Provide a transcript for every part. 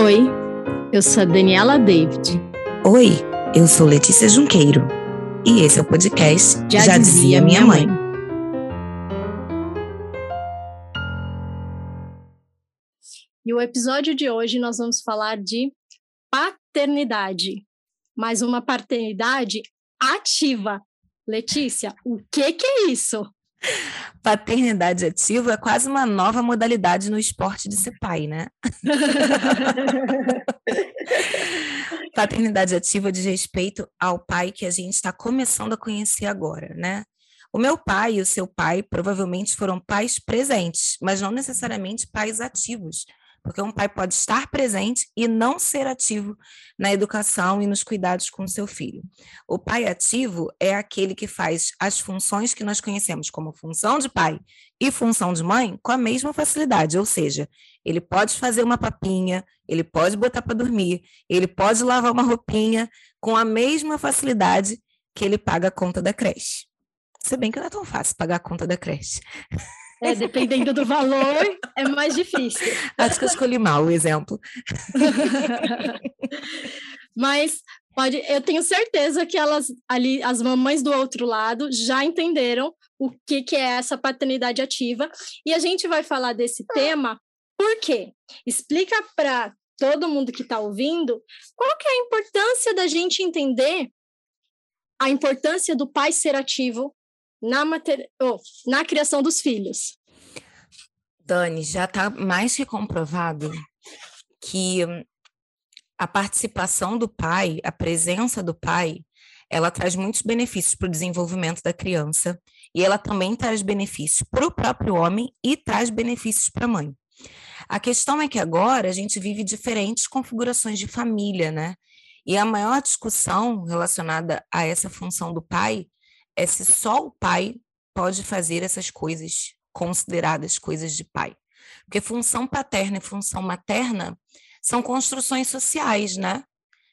Oi, eu sou a Daniela David. Oi, eu sou Letícia Junqueiro e esse é o podcast Já Dizia Minha Mãe. E o episódio de hoje nós vamos falar de paternidade, mas uma paternidade ativa. Letícia, o que é isso? Paternidade ativa é quase uma nova modalidade no esporte de ser pai, né? Paternidade ativa diz respeito ao pai que a gente está começando a conhecer agora, né? O meu pai e o seu pai provavelmente foram pais presentes, mas não necessariamente pais ativos, porque um pai pode estar presente e não ser ativo na educação e nos cuidados com o seu filho. O pai ativo é aquele que faz as funções que nós conhecemos como função de pai e função de mãe com a mesma facilidade, ou seja, ele pode fazer uma papinha, ele pode botar para dormir, ele pode lavar uma roupinha com a mesma facilidade que ele paga a conta da creche. Se bem que não é tão fácil pagar a conta da creche. Dependendo do valor, é mais difícil. Acho que eu escolhi mal o exemplo. Mas eu tenho certeza que as mamães do outro lado já entenderam o que é essa paternidade ativa. E a gente vai falar desse tema, por quê? Explica para todo mundo que está ouvindo qual que é a importância da gente entender a importância do pai ser ativo na criação dos filhos. Dani, já está mais que comprovado que a participação do pai, a presença do pai, ela traz muitos benefícios para o desenvolvimento da criança e ela também traz benefícios para o próprio homem e traz benefícios para a mãe. A questão é que agora a gente vive diferentes configurações de família, né? E a maior discussão relacionada a essa função do pai é se só o pai pode fazer essas coisas consideradas coisas de pai. Porque função paterna e função materna são construções sociais, né?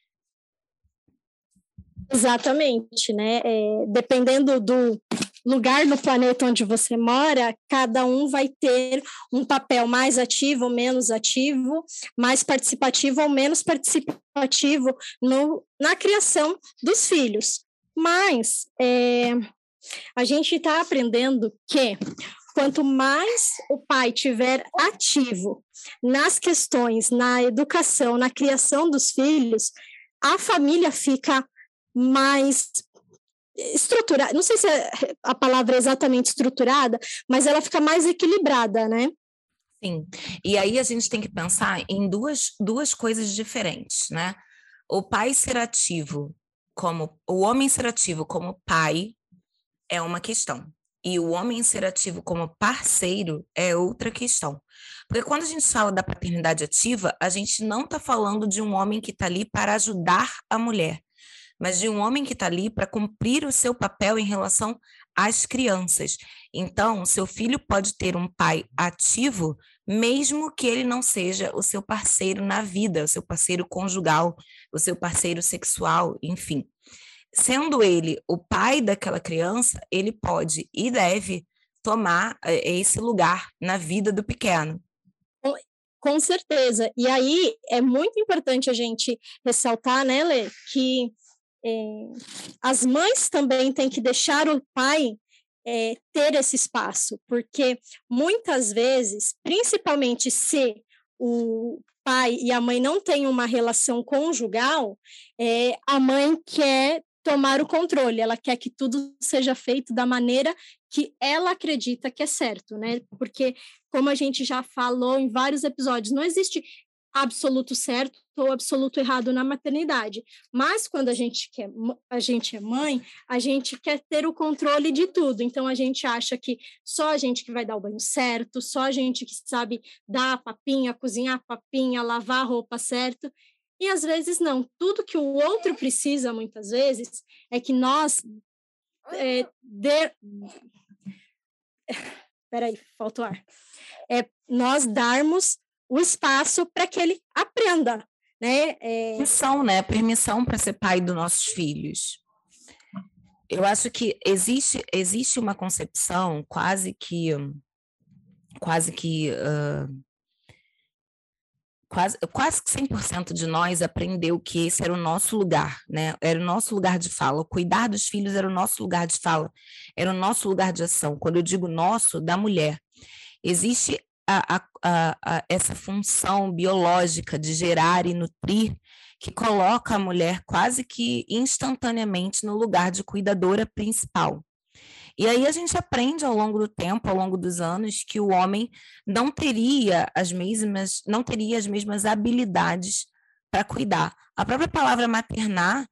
Exatamente, né? Dependendo do lugar no planeta onde você mora, cada um vai ter um papel mais ativo ou menos ativo, mais participativo ou menos participativo na criação dos filhos. Mas a gente está aprendendo que quanto mais o pai tiver ativo nas questões, na educação, na criação dos filhos, a família fica mais estruturada, não sei se a palavra é exatamente estruturada, mas ela fica mais equilibrada, né? Sim, e aí a gente tem que pensar em duas coisas diferentes, né? O pai ser ativo o homem ser ativo como pai é uma questão, e o homem ser ativo como parceiro é outra questão. Porque quando a gente fala da paternidade ativa, a gente não está falando de um homem que está ali para ajudar a mulher, mas de um homem que está ali para cumprir o seu papel em relação às crianças. Então, seu filho pode ter um pai ativo, mesmo que ele não seja o seu parceiro na vida, o seu parceiro conjugal, o seu parceiro sexual, enfim. Sendo ele o pai daquela criança, ele pode e deve tomar esse lugar na vida do pequeno. Com certeza. E aí é muito importante a gente ressaltar, né, Lê, que as mães também têm que deixar o pai ter esse espaço, porque muitas vezes, principalmente se o pai e a mãe não têm uma relação conjugal, a mãe quer tomar o controle, ela quer que tudo seja feito da maneira que ela acredita que é certo, né? Porque, como a gente já falou em vários episódios, não existe absoluto certo ou absoluto errado na maternidade, mas quando a gente é mãe, a gente quer ter o controle de tudo, então a gente acha que só a gente que vai dar o banho certo, só a gente que sabe dar a papinha, cozinhar a papinha, lavar a roupa certo, e às vezes não, tudo que o outro precisa muitas vezes é que nós peraí, falta o ar, nós darmos o espaço para que ele aprenda, né? Permissão para ser pai dos nossos filhos. Eu acho que existe uma concepção quase que quase que 100% de nós aprendeu que esse era o nosso lugar, né? Era o nosso lugar de fala. O cuidar dos filhos era o nosso lugar de fala, era o nosso lugar de ação. Quando eu digo nosso, da mulher, existe essa função biológica de gerar e nutrir que coloca a mulher quase que instantaneamente no lugar de cuidadora principal. E aí a gente aprende ao longo do tempo, ao longo dos anos, que o homem não teria as mesmas habilidades para cuidar. A própria palavra maternar,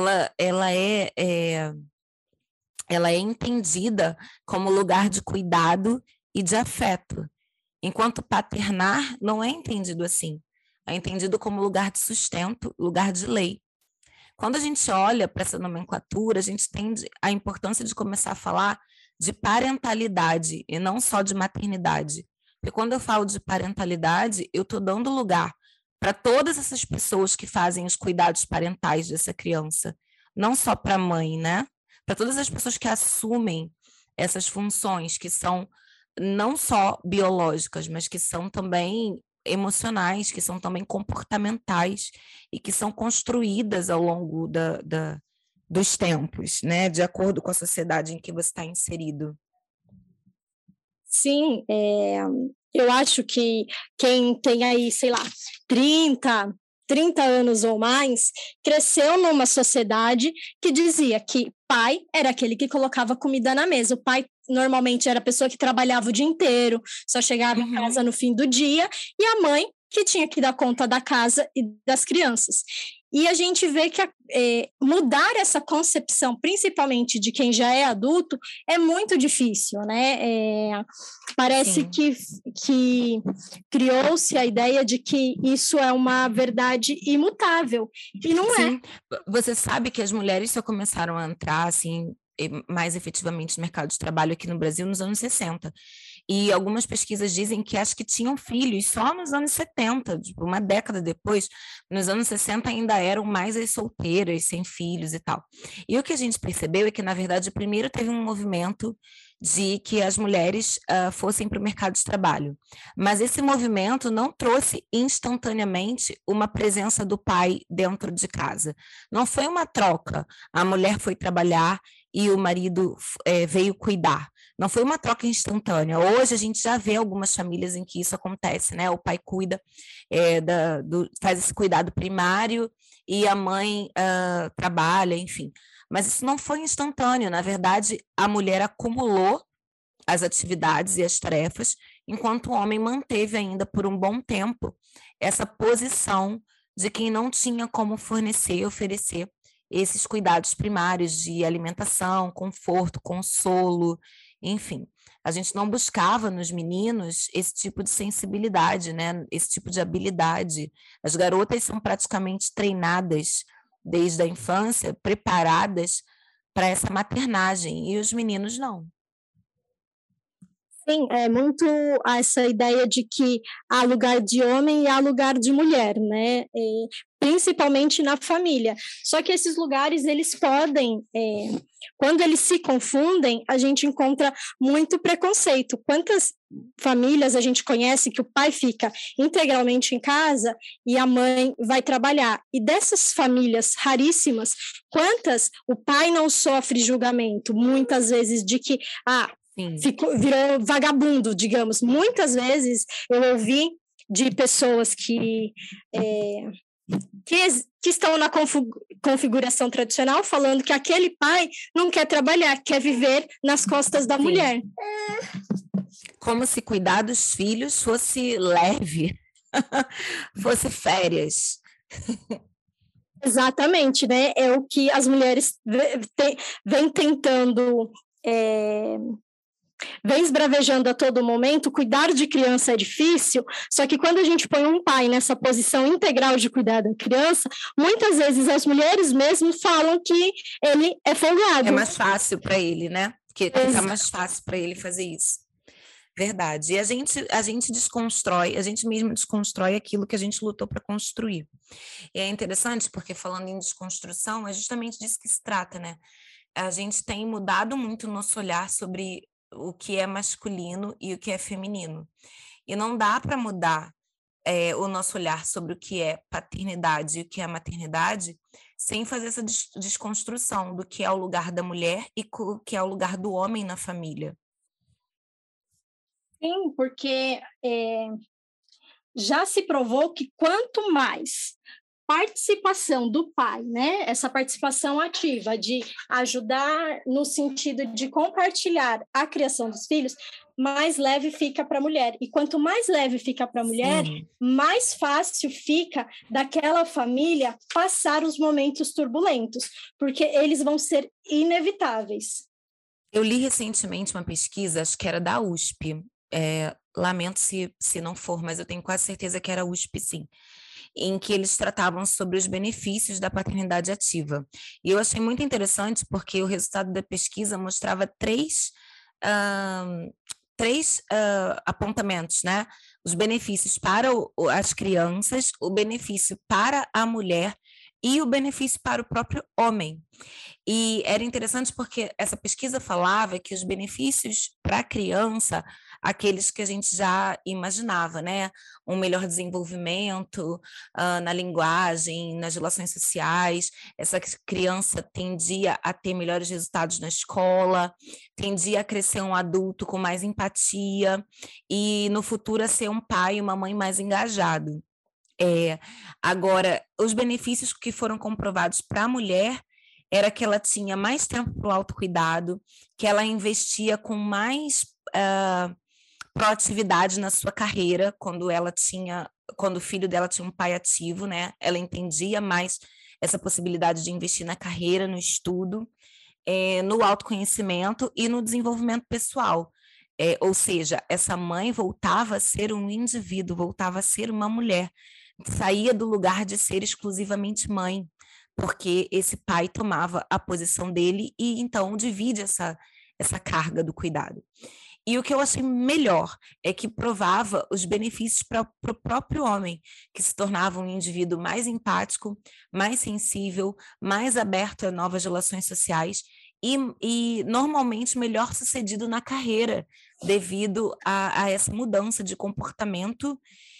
ela é entendida como lugar de cuidado e de afeto, enquanto paternar não é entendido assim. É entendido como lugar de sustento, lugar de lei. Quando a gente olha para essa nomenclatura, a gente tem a importância de começar a falar de parentalidade e não só de maternidade. Porque quando eu falo de parentalidade, eu estou dando lugar para todas essas pessoas que fazem os cuidados parentais dessa criança, não só para a mãe, né? Para todas as pessoas que assumem essas funções, que são não só biológicas, mas que são também emocionais, que são também comportamentais e que são construídas ao longo dos tempos, né, de acordo com a sociedade em que você está inserido. Sim, eu acho que quem tem aí, sei lá, 30 anos ou mais, cresceu numa sociedade que dizia que pai era aquele que colocava comida na mesa. O pai normalmente era a pessoa que trabalhava o dia inteiro, só chegava em casa no fim do dia, e a mãe que tinha que dar conta da casa e das crianças. E a gente vê que mudar essa concepção, principalmente de quem já é adulto, é muito difícil, né? Parece que criou-se a ideia de que isso é uma verdade imutável, e não é. Sim, você sabe que as mulheres só começaram a entrar, assim, mais efetivamente no mercado de trabalho aqui no Brasil nos anos 60. E algumas pesquisas dizem que acho que tinham filhos só nos anos 70, tipo, uma década depois. Nos anos 60 ainda eram mais as solteiras, sem filhos e tal. E o que a gente percebeu é que, na verdade, primeiro teve um movimento de que as mulheres fossem para o mercado de trabalho. Mas esse movimento não trouxe instantaneamente uma presença do pai dentro de casa. Não foi uma troca. A mulher foi trabalhar e o marido veio cuidar. Não foi uma troca instantânea. Hoje a gente já vê algumas famílias em que isso acontece, né? O pai cuida, faz esse cuidado primário e a mãe trabalha, enfim. Mas isso não foi instantâneo. Na verdade, a mulher acumulou as atividades e as tarefas, enquanto o homem manteve ainda por um bom tempo essa posição de quem não tinha como fornecer e oferecer esses cuidados primários de alimentação, conforto, consolo, enfim. A gente não buscava nos meninos esse tipo de sensibilidade, né? Esse tipo de habilidade. As garotas são praticamente treinadas desde a infância, preparadas para essa maternagem, e os meninos não. Sim, é muito essa ideia de que há lugar de homem e há lugar de mulher, né? Principalmente na família. Só que esses lugares, eles podem, quando eles se confundem, a gente encontra muito preconceito. Quantas famílias a gente conhece que o pai fica integralmente em casa e a mãe vai trabalhar? E dessas famílias raríssimas, quantas o pai não sofre julgamento, muitas vezes, de que, virou vagabundo, digamos. Muitas vezes eu ouvi de pessoas que estão na configuração tradicional falando que aquele pai não quer trabalhar, quer viver nas costas da mulher. Como se cuidar dos filhos fosse leve, fosse férias. Exatamente, né? É o que as mulheres vêm tentando... vem esbravejando a todo momento. Cuidar de criança é difícil, só que quando a gente põe um pai nessa posição integral de cuidar da criança, muitas vezes as mulheres mesmo falam que ele é folgado. É mais fácil para ele, né? Que fica mais fácil para ele fazer isso. Verdade. E a gente desconstrói, a gente mesmo desconstrói aquilo que a gente lutou para construir. E é interessante porque, falando em desconstrução, é justamente disso que se trata, né? A gente tem mudado muito o nosso olhar sobre o que é masculino e o que é feminino. E não dá para mudar o nosso olhar sobre o que é paternidade e o que é maternidade, sem fazer essa desconstrução do que é o lugar da mulher e o que é o lugar do homem na família. Sim, porque já se provou que quanto mais participação do pai, né? Essa participação ativa de ajudar no sentido de compartilhar a criação dos filhos, mais leve fica para a mulher. E quanto mais leve fica para a mulher, mais fácil fica daquela família passar os momentos turbulentos, porque eles vão ser inevitáveis. Eu li recentemente uma pesquisa, acho que era da USP, lamento se não for, mas eu tenho quase certeza que era USP, sim, em que eles tratavam sobre os benefícios da paternidade ativa. E eu achei muito interessante porque o resultado da pesquisa mostrava três apontamentos, né? Os benefícios para as crianças, o benefício para a mulher e o benefício para o próprio homem. E era interessante porque essa pesquisa falava que os benefícios para a criança, aqueles que a gente já imaginava, né? Um melhor desenvolvimento na linguagem, nas relações sociais, essa criança tendia a ter melhores resultados na escola, tendia a crescer um adulto com mais empatia e no futuro a ser um pai e uma mãe mais engajado. Agora, os benefícios que foram comprovados para a mulher era que ela tinha mais tempo para o autocuidado, que ela investia com mais proatividade na sua carreira, quando o filho dela tinha um pai ativo, né? Ela entendia mais essa possibilidade de investir na carreira, no estudo, no autoconhecimento e no desenvolvimento pessoal. Ou seja, essa mãe voltava a ser um indivíduo, voltava a ser uma mulher, saía do lugar de ser exclusivamente mãe, porque esse pai tomava a posição dele e então divide essa carga do cuidado. E o que eu achei melhor é que provava os benefícios para o próprio homem, que se tornava um indivíduo mais empático, mais sensível, mais aberto a novas relações sociais e normalmente melhor sucedido na carreira, devido a essa mudança de comportamento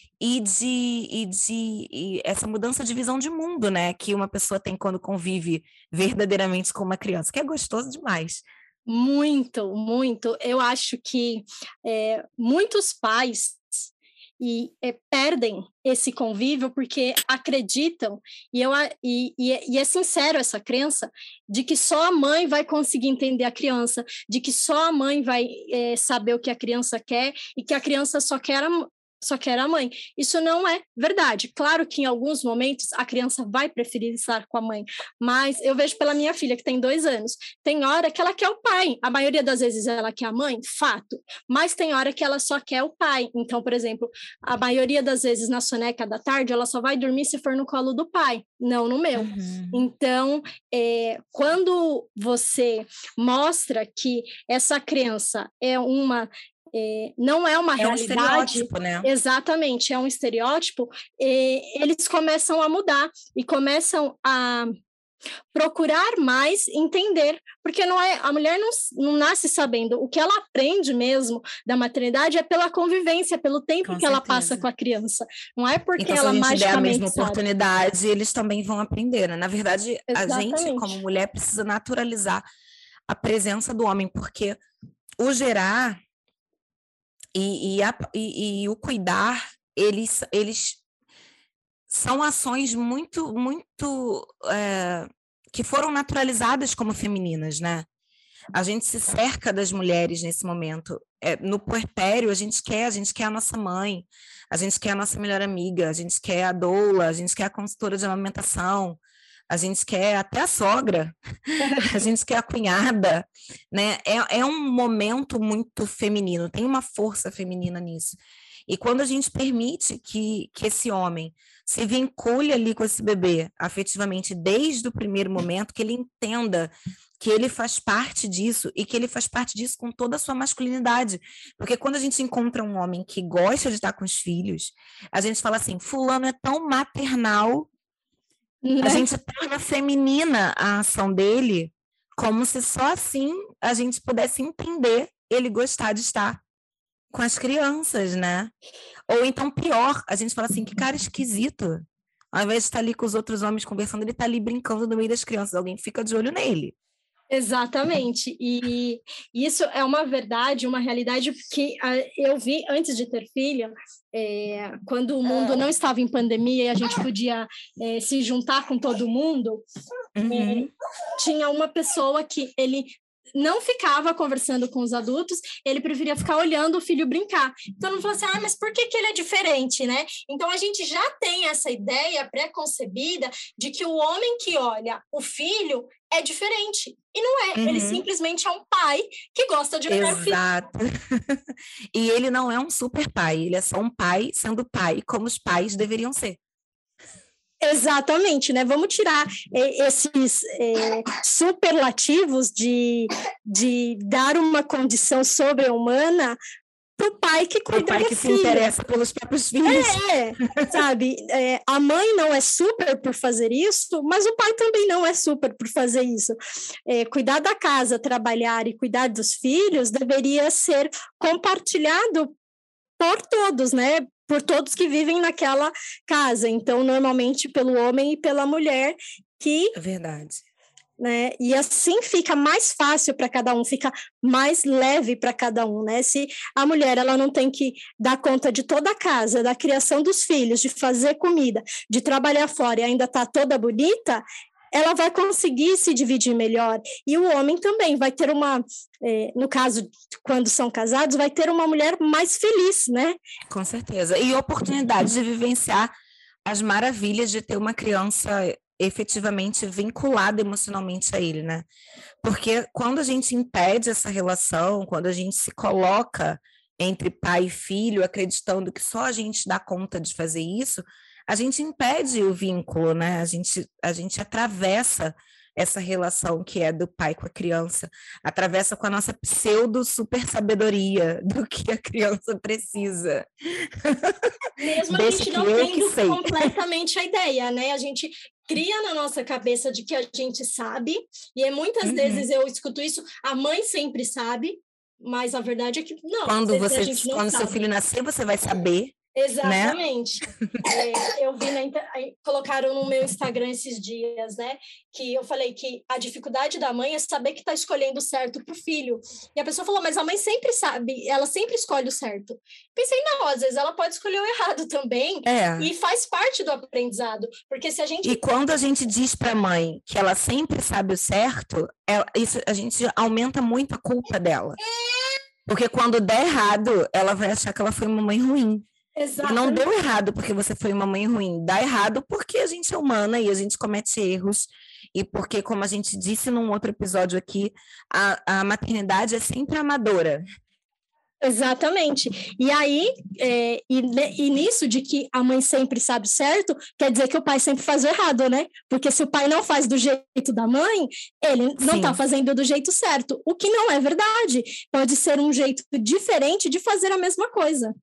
e essa mudança de visão de mundo, né, que uma pessoa tem quando convive verdadeiramente com uma criança, que é gostoso demais. Muito, muito. Eu acho que muitos pais perdem esse convívio porque acreditam, e é sincero essa crença, de que só a mãe vai conseguir entender a criança, de que só a mãe vai saber o que a criança quer e que a criança só quer a mãe. Isso não é verdade. Claro que em alguns momentos a criança vai preferir estar com a mãe, mas eu vejo pela minha filha, que tem 2 anos, tem hora que ela quer o pai. A maioria das vezes ela quer a mãe, fato, mas tem hora que ela só quer o pai. Então, por exemplo, a maioria das vezes na soneca da tarde, ela só vai dormir se for no colo do pai, não no meu. Então, quando você mostra que essa crença não é uma realidade, um estereótipo, né? Exatamente, é um estereótipo, eles começam a mudar e começam a procurar mais entender, porque a mulher não nasce sabendo, o que ela aprende mesmo da maternidade é pela convivência, pelo tempo que ela passa com a criança, não é porque então, ela se a gente magicamente der a mesma sabe. Oportunidade, eles também vão aprender, né? Na verdade, Exatamente. A gente, como mulher, precisa naturalizar a presença do homem, porque o gerar e o cuidar, eles são ações muito, muito que foram naturalizadas como femininas, né? A gente se cerca das mulheres nesse momento. No puerpério, a gente quer a nossa mãe, a gente quer a nossa melhor amiga, a gente quer a doula, a gente quer a consultora de amamentação, a gente quer até a sogra, a gente quer a cunhada, né? É um momento muito feminino, tem uma força feminina nisso. E quando a gente permite que esse homem se vincule ali com esse bebê afetivamente desde o primeiro momento, que ele entenda que ele faz parte disso e que ele faz parte disso com toda a sua masculinidade. Porque quando a gente encontra um homem que gosta de estar com os filhos, a gente fala assim, fulano é tão maternal, a gente torna feminina a ação dele, como se só assim a gente pudesse entender ele gostar de estar com as crianças, né? Ou então pior, a gente fala assim, que cara esquisito. Ao invés de estar ali com os outros homens conversando, ele está ali brincando no meio das crianças. Alguém fica de olho nele. Exatamente, e isso é uma verdade, uma realidade que eu vi antes de ter filho, quando o mundo não estava em pandemia e a gente podia se juntar com todo mundo, tinha uma pessoa que ele não ficava conversando com os adultos, ele preferia ficar olhando o filho brincar. Então, não falou assim, mas por que ele é diferente, né? Então, a gente já tem essa ideia pré-concebida de que o homem que olha o filho é diferente. E não é, ele simplesmente é um pai que gosta de olhar o filho. Exato. E ele não é um super pai, ele é só um pai sendo pai, como os pais deveriam ser. Exatamente, né? Vamos tirar esses superlativos de dar uma condição sobre-humana para o pai que cuida do filho. O pai que se interessa pelos próprios filhos. Sabe? A mãe não é super por fazer isso, mas o pai também não é super por fazer isso. Cuidar da casa, trabalhar e cuidar dos filhos deveria ser compartilhado por todos, né? Por todos que vivem naquela casa. Então, normalmente pelo homem e pela mulher que... É verdade. Né? E assim fica mais fácil para cada um, fica mais leve para cada um, né? Se a mulher ela não tem que dar conta de toda a casa, da criação dos filhos, de fazer comida, de trabalhar fora e ainda tá toda bonita, ela vai conseguir se dividir melhor. E o homem também vai ter no caso, quando são casados, vai ter uma mulher mais feliz, né? Com certeza. E oportunidade de vivenciar as maravilhas de ter uma criança efetivamente vinculada emocionalmente a ele, né? Porque quando a gente impede essa relação, quando a gente se coloca entre pai e filho, acreditando que só a gente dá conta de fazer isso, a gente impede o vínculo, né? A gente atravessa essa relação que é do pai com a criança, atravessa com a nossa pseudo super sabedoria do que a criança precisa. Mesmo a gente não tendo completamente a ideia, né? A gente cria na nossa cabeça de que a gente sabe, e muitas vezes eu escuto isso, a mãe sempre sabe, mas a verdade é que não. Quando seu filho nascer, você vai saber. Exatamente. Né? Eu vi, colocaram no meu Instagram esses dias, né? Que eu falei que a dificuldade da mãe é saber que está escolhendo o certo para o filho. E a pessoa falou, mas a mãe sempre sabe, ela sempre escolhe o certo. Pensei, não, às vezes ela pode escolher o errado também. E faz parte do aprendizado. Porque se a gente... E quando a gente diz para a mãe que ela sempre sabe o certo, a gente aumenta muito a culpa dela. Porque quando der errado, ela vai achar que ela foi uma mãe ruim. Exatamente. E não deu errado porque você foi uma mãe ruim. Dá errado porque a gente é humana e a gente comete erros. E porque, como a gente disse num outro episódio aqui, a maternidade é sempre amadora. Exatamente. E aí, e nisso de que a mãe sempre sabe certo, quer dizer que o pai sempre faz o errado, né? Porque se o pai não faz do jeito da mãe, ele não está fazendo do jeito certo. O que não é verdade. Pode ser um jeito diferente de fazer a mesma coisa.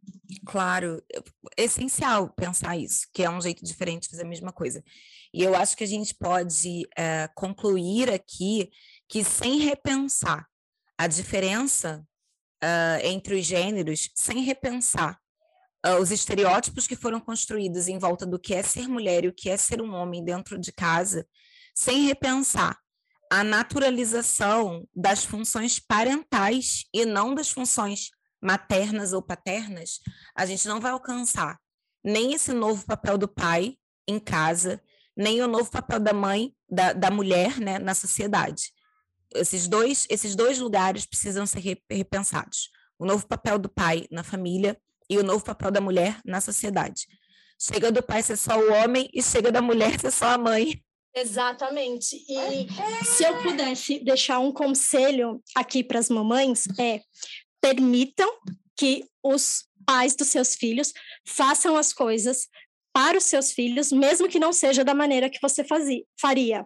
Claro, é essencial pensar isso, que é um jeito diferente de fazer a mesma coisa. E eu acho que a gente pode concluir aqui que, sem repensar a diferença entre os gêneros, sem repensar os estereótipos que foram construídos em volta do que é ser mulher e o que é ser um homem dentro de casa, sem repensar a naturalização das funções parentais e não das funções maternas ou paternas, a gente não vai alcançar nem esse novo papel do pai em casa, nem o novo papel da mãe, da mulher, né, na sociedade. Esses dois lugares precisam ser repensados. O novo papel do pai na família e o novo papel da mulher na sociedade. Chega do pai ser só o homem e chega da mulher ser só a mãe. Exatamente. E se eu pudesse deixar um conselho aqui para as mamães, permitam que os pais dos seus filhos façam as coisas para os seus filhos, mesmo que não seja da maneira que você faria.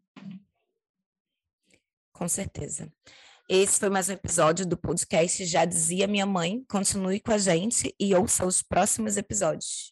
Com certeza. Esse foi mais um episódio do podcast Já Dizia Minha Mãe. Continue com a gente e ouça os próximos episódios.